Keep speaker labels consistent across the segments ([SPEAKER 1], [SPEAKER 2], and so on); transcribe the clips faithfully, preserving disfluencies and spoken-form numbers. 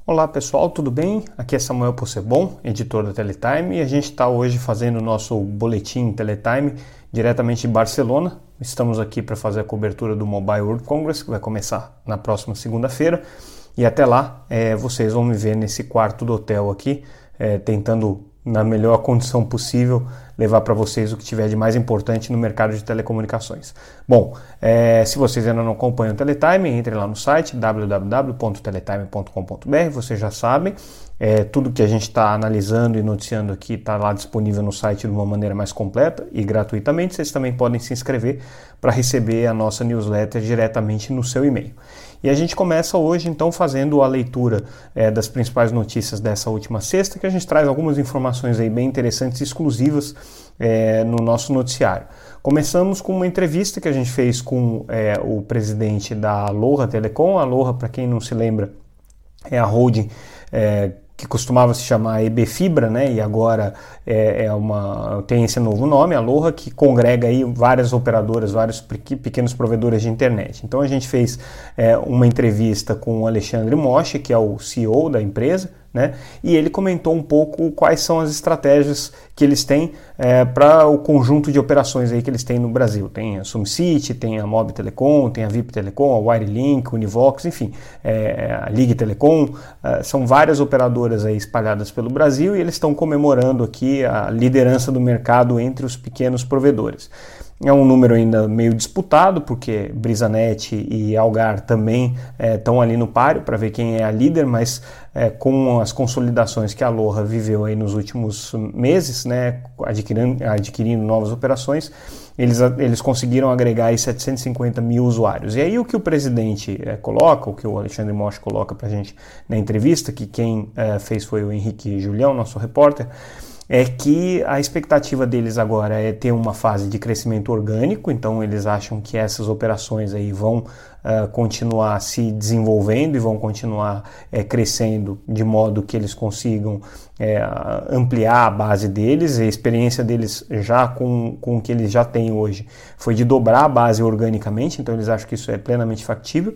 [SPEAKER 1] Olá pessoal, tudo bem? Aqui é Samuel Possebon, editor da Teletime, e a gente está hoje fazendo o nosso boletim Teletime diretamente de Barcelona. Estamos aqui para fazer a cobertura do Mobile World Congress, que vai começar na próxima segunda-feira, e até lá é, vocês vão me ver nesse quarto do hotel aqui, é, tentando na melhor condição possível levar para vocês o que tiver de mais importante no mercado de telecomunicações. Bom, é, se vocês ainda não acompanham o Teletime, entre lá no site w w w ponto teletime ponto com ponto b r, vocês já sabem, é, tudo que a gente está analisando e noticiando aqui está lá disponível no site de uma maneira mais completa e gratuitamente. Vocês também podem se inscrever para receber a nossa newsletter diretamente no seu e-mail. E a gente começa hoje então fazendo a leitura é, das principais notícias dessa última sexta, que a gente traz algumas informações aí bem interessantes e exclusivas é, no nosso noticiário. Começamos com uma entrevista que a gente fez com é, o presidente da Aloha Telecom. A Aloha, para quem não se lembra, é a holding é, que costumava se chamar E B Fibra, né? E agora é, é uma, tem esse novo nome, Aloha, que congrega aí várias operadoras, vários pequenos provedores de internet. Então a gente fez é, uma entrevista com o Alexandre Moshe, que é o C E O da empresa, né? E ele comentou um pouco quais são as estratégias que eles têm é, para o conjunto de operações aí que eles têm no Brasil. Tem a SumCity, tem a Mob Telecom, tem a V I P Telecom, a Wirelink, Univox, enfim, é, a Ligue Telecom. É, são várias operadoras aí espalhadas pelo Brasil e eles estão comemorando aqui a liderança do mercado entre os pequenos provedores. É um número ainda meio disputado, porque Brisanet e Algar também estão é, ali no páreo para ver quem é a líder, mas é, com as consolidações que a Aloha viveu aí nos últimos meses, né, adquirindo, adquirindo novas operações, eles, eles conseguiram agregar aí setecentos e cinquenta mil usuários. E aí o que o presidente é, coloca, o que o Alexandre Moshe coloca para a gente na entrevista, que quem é, fez foi o Henrique Julião, nosso repórter, é que a expectativa deles agora é ter uma fase de crescimento orgânico. Então eles acham que essas operações aí vão uh, continuar se desenvolvendo e vão continuar é, crescendo de modo que eles consigam é, ampliar a base deles. A experiência deles já com, com o que eles já têm hoje foi de dobrar a base organicamente, então eles acham que isso é plenamente factível.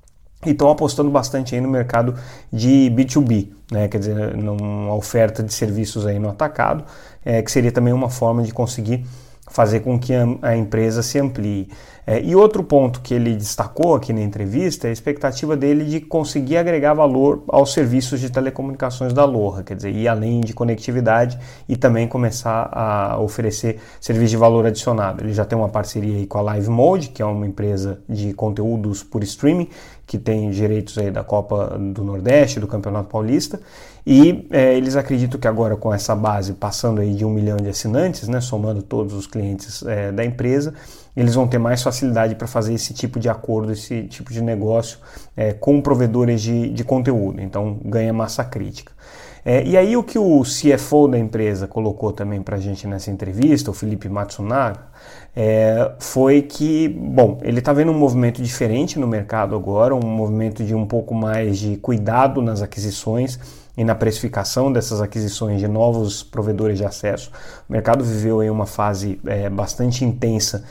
[SPEAKER 1] E estão apostando bastante aí no mercado de B dois B, né? Quer dizer, numa oferta de serviços aí no atacado, é, que seria também uma forma de conseguir fazer com que a, a empresa se amplie. É, e outro ponto que ele destacou aqui na entrevista é a expectativa dele de conseguir agregar valor aos serviços de telecomunicações da Aloha, quer dizer, ir além de conectividade e também começar a oferecer serviço de valor adicionado. Ele já tem uma parceria aí com a Live Mode, que é uma empresa de conteúdos por streaming, que tem direitos aí da Copa do Nordeste, do Campeonato Paulista, e é, eles acreditam que agora com essa base passando aí de um milhão de assinantes, né, somando todos os clientes é, da empresa, eles vão ter mais facilidade para fazer esse tipo de acordo, esse tipo de negócio é, com provedores de, de conteúdo, então ganha massa crítica. É, e aí o que o C F O da empresa colocou também para a gente nessa entrevista, o Felipe Matsunaga, é, foi que, bom, ele está vendo um movimento diferente no mercado agora, um movimento de um pouco mais de cuidado nas aquisições e na precificação dessas aquisições de novos provedores de acesso. O mercado viveu aí uma fase é, bastante intensa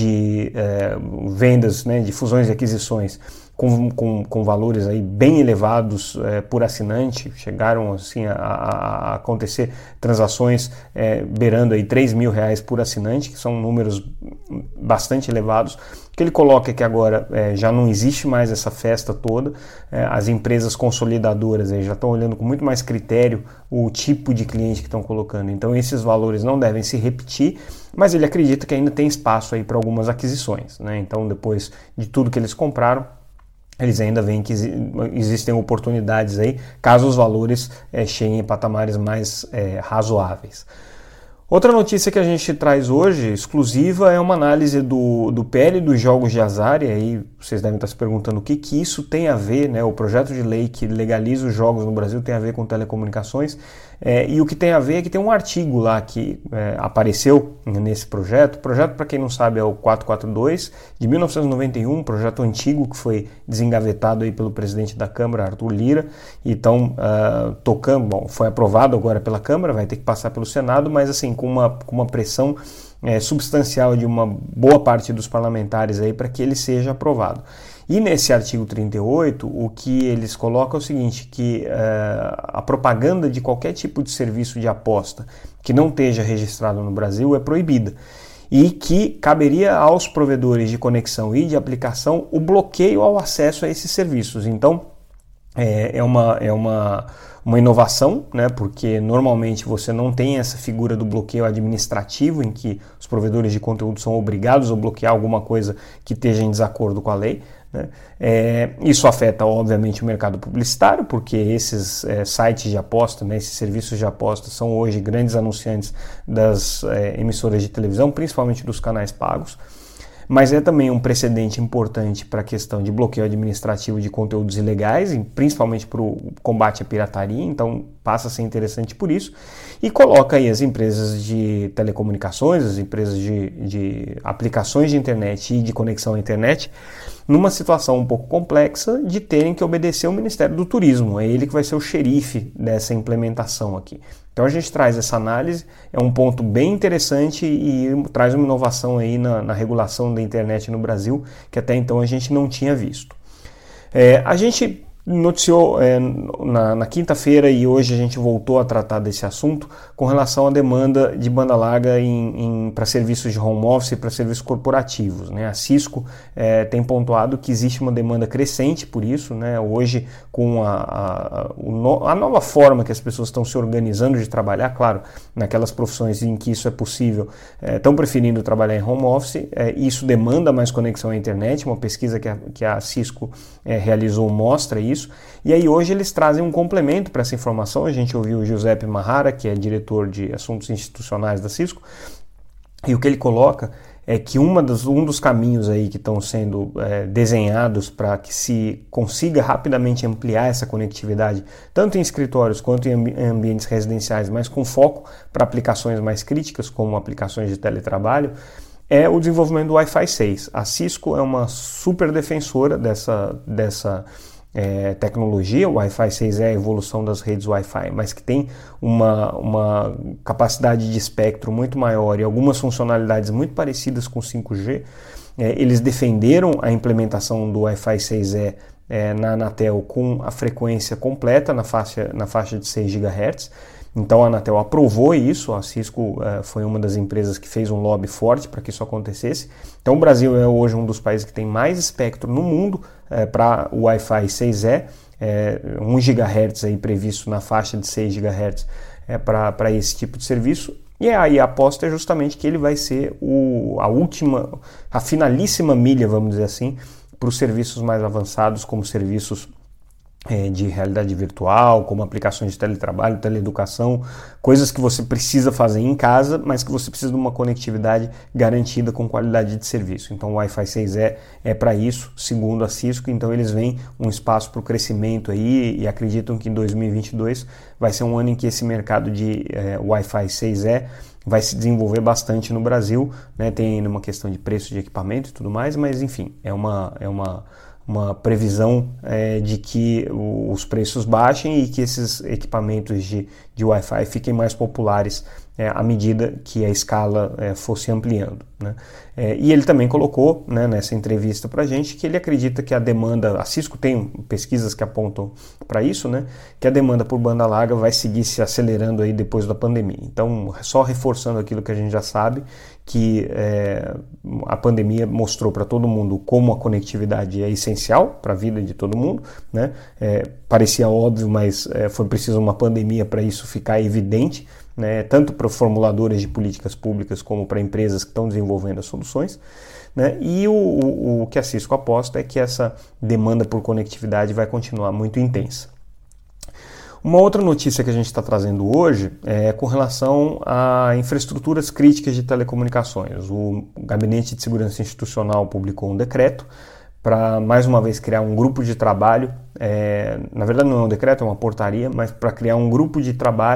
[SPEAKER 1] de é, vendas, né, de fusões e aquisições com, com, com valores aí bem elevados é, por assinante. Chegaram assim, a, a acontecer transações é, beirando aí três mil reais por assinante, que são números bastante elevados. O que ele coloca é que agora é, já não existe mais essa festa toda, é, as empresas consolidadoras aí já estão olhando com muito mais critério o tipo de cliente que estão colocando, então esses valores não devem se repetir, mas ele acredita que ainda tem espaço aí para algumas aquisições, né? Então depois de tudo que eles compraram, eles ainda veem que existem oportunidades aí, caso os valores é, cheguem em patamares mais é, razoáveis. Outra notícia que a gente traz hoje, exclusiva, é uma análise do, do P L dos jogos de azar, e aí vocês devem estar se perguntando o que, que isso tem a ver, né? O projeto de lei que legaliza os jogos no Brasil tem a ver com telecomunicações, é, e o que tem a ver é que tem um artigo lá que é, apareceu nesse projeto. O projeto, para quem não sabe, é o quatrocentos e quarenta e dois de mil novecentos e noventa e um, um projeto antigo que foi desengavetado aí pelo presidente da Câmara, Arthur Lira, e então uh, tocando, bom, foi aprovado agora pela Câmara, vai ter que passar pelo Senado, mas assim, com uma, com uma pressão é, substancial de uma boa parte dos parlamentares aí para que ele seja aprovado. E nesse artigo trinta e oito, o que eles colocam é o seguinte, que uh, a propaganda de qualquer tipo de serviço de aposta que não esteja registrado no Brasil é proibida. E que caberia aos provedores de conexão e de aplicação o bloqueio ao acesso a esses serviços. Então, é, é, uma, é uma, uma inovação, né, porque normalmente você não tem essa figura do bloqueio administrativo, em que os provedores de conteúdo são obrigados a bloquear alguma coisa que esteja em desacordo com a lei. Né? É, isso afeta, obviamente, o mercado publicitário, porque esses é, sites de aposta, né, esses serviços de aposta são hoje grandes anunciantes das é, emissoras de televisão, principalmente dos canais pagos. Mas é também um precedente importante para a questão de bloqueio administrativo de conteúdos ilegais, principalmente para o combate à pirataria, então passa a ser interessante por isso, e coloca aí as empresas de telecomunicações, as empresas de, de aplicações de internet e de conexão à internet, numa situação um pouco complexa de terem que obedecer ao Ministério do Turismo, é ele que vai ser o xerife dessa implementação aqui. Então a gente traz essa análise, é um ponto bem interessante e traz uma inovação aí na, na regulação da internet no Brasil, que até então a gente não tinha visto. É, a gente noticiou é, na, na quinta-feira e hoje a gente voltou a tratar desse assunto com relação à demanda de banda larga para serviços de home office e para serviços corporativos. Né? A Cisco é, tem pontuado que existe uma demanda crescente por isso. Né? Hoje, com a, a, a nova forma que as pessoas estão se organizando de trabalhar, claro, naquelas profissões em que isso é possível, é, estão preferindo trabalhar em home office, é, isso demanda mais conexão à internet. Uma pesquisa que a, que a Cisco é, realizou mostra isso. Isso. E aí hoje eles trazem um complemento para essa informação. A gente ouviu o Giuseppe Mahara, que é diretor de assuntos institucionais da Cisco, e o que ele coloca é que uma dos, um dos caminhos aí que estão sendo é, desenhados para que se consiga rapidamente ampliar essa conectividade, tanto em escritórios quanto em ambi- ambientes residenciais, mas com foco para aplicações mais críticas, como aplicações de teletrabalho, é o desenvolvimento do Wi-Fi seis. A Cisco é uma super defensora dessa, dessa É, tecnologia. O Wi-Fi seis é a evolução das redes Wi-Fi, mas que tem uma, uma capacidade de espectro muito maior e algumas funcionalidades muito parecidas com cinco G. É, eles defenderam a implementação do Wi-Fi seis E é, na Anatel com a frequência completa na faixa, na faixa de seis gigahertz. Então a Anatel aprovou isso, a Cisco uh, foi uma das empresas que fez um lobby forte para que isso acontecesse. Então o Brasil é hoje um dos países que tem mais espectro no mundo uh, para o Wi-Fi seis E, uh, um gigahertz aí previsto na faixa de seis gigahertz uh, para esse tipo de serviço. E aí a aposta é justamente que ele vai ser o, a última, a finalíssima milha, vamos dizer assim, para os serviços mais avançados, como serviços de realidade virtual, como aplicações de teletrabalho, teleeducação, coisas que você precisa fazer em casa, mas que você precisa de uma conectividade garantida com qualidade de serviço. Então o Wi-Fi seis E é para isso, segundo a Cisco. Então eles veem um espaço para o crescimento aí e acreditam que em dois mil e vinte e dois vai ser um ano em que esse mercado de é, Wi-Fi seis E vai se desenvolver bastante no Brasil, né? Tem ainda uma questão de preço de equipamento e tudo mais, mas enfim, é uma, é uma uma previsão é, de que os preços baixem e que esses equipamentos de, de Wi-Fi fiquem mais populares é, à medida que a escala é, fosse ampliando. Né? É, e ele também colocou, né, nessa entrevista para a gente que ele acredita que a demanda, a Cisco tem pesquisas que apontam para isso, né, que a demanda por banda larga vai seguir se acelerando aí depois da pandemia. Então, só reforçando aquilo que a gente já sabe, que é, a pandemia mostrou para todo mundo como a conectividade é essencial para a vida de todo mundo, né? É, parecia óbvio, mas é, foi preciso uma pandemia para isso ficar evidente, né? Tanto para formuladores de políticas públicas como para empresas que estão desenvolvendo as soluções. Né? E o, o, o que a Cisco aposta é que essa demanda por conectividade vai continuar muito intensa. Uma outra notícia que a gente está trazendo hoje é com relação a infraestruturas críticas de telecomunicações. O Gabinete de Segurança Institucional publicou um decreto para, mais uma vez, criar um grupo de trabalho, é, na verdade não é um decreto, é uma portaria, mas para criar um grupo de trabalho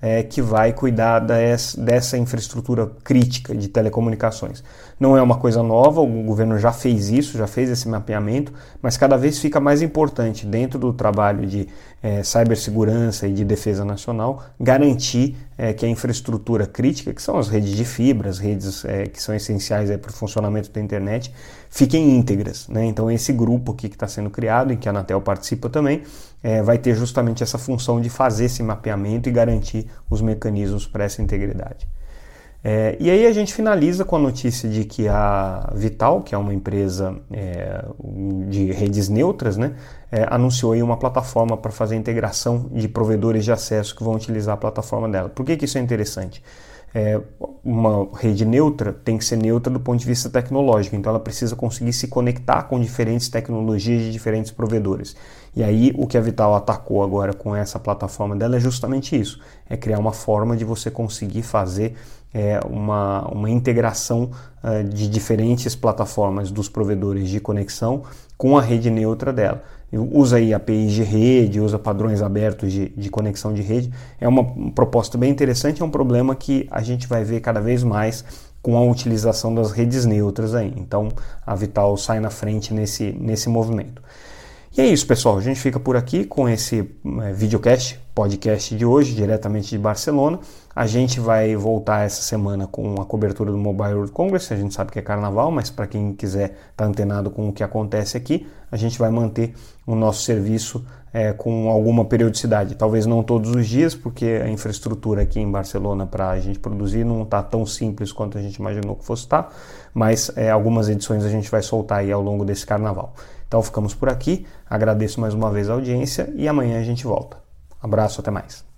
[SPEAKER 1] é, que vai cuidar dessa, dessa infraestrutura crítica de telecomunicações. Não é uma coisa nova, o governo já fez isso, já fez esse mapeamento, mas cada vez fica mais importante dentro do trabalho de é, cibersegurança e de defesa nacional, garantir é, que a infraestrutura crítica, que são as redes de fibra, as redes é, que são essenciais para o funcionamento da internet, fiquem íntegras, né? Então esse grupo aqui que está sendo criado, em que a Anatel participa também, é, vai ter justamente essa função de fazer esse mapeamento e garantir os mecanismos para essa integridade. É, e aí a gente finaliza com a notícia de que a Vital, que é uma empresa é, de redes neutras, né, é, anunciou aí uma plataforma para fazer a integração de provedores de acesso que vão utilizar a plataforma dela. Por que que isso é interessante? É, uma rede neutra tem que ser neutra do ponto de vista tecnológico, então ela precisa conseguir se conectar com diferentes tecnologias de diferentes provedores. E aí o que a Vital atacou agora com essa plataforma dela é justamente isso, é criar uma forma de você conseguir fazer é, uma, uma integração uh, de diferentes plataformas dos provedores de conexão com a rede neutra dela. Usa aí A P Is de rede, usa padrões abertos de, de conexão de rede. É uma proposta bem interessante, é um problema que a gente vai ver cada vez mais com a utilização das redes neutras aí. Então a Vital sai na frente nesse, nesse movimento. E é isso, pessoal. A gente fica por aqui com esse é, videocast, podcast de hoje, diretamente de Barcelona. A gente vai voltar essa semana com a cobertura do Mobile World Congress. A gente sabe que é carnaval, mas para quem quiser estar antenado com o que acontece aqui, a gente vai manter o nosso serviço é, com alguma periodicidade. Talvez não todos os dias, porque a infraestrutura aqui em Barcelona para a gente produzir não está tão simples quanto a gente imaginou que fosse estar, mas é, algumas edições a gente vai soltar aí ao longo desse carnaval. Então ficamos por aqui, agradeço mais uma vez a audiência e amanhã a gente volta. Abraço, até mais.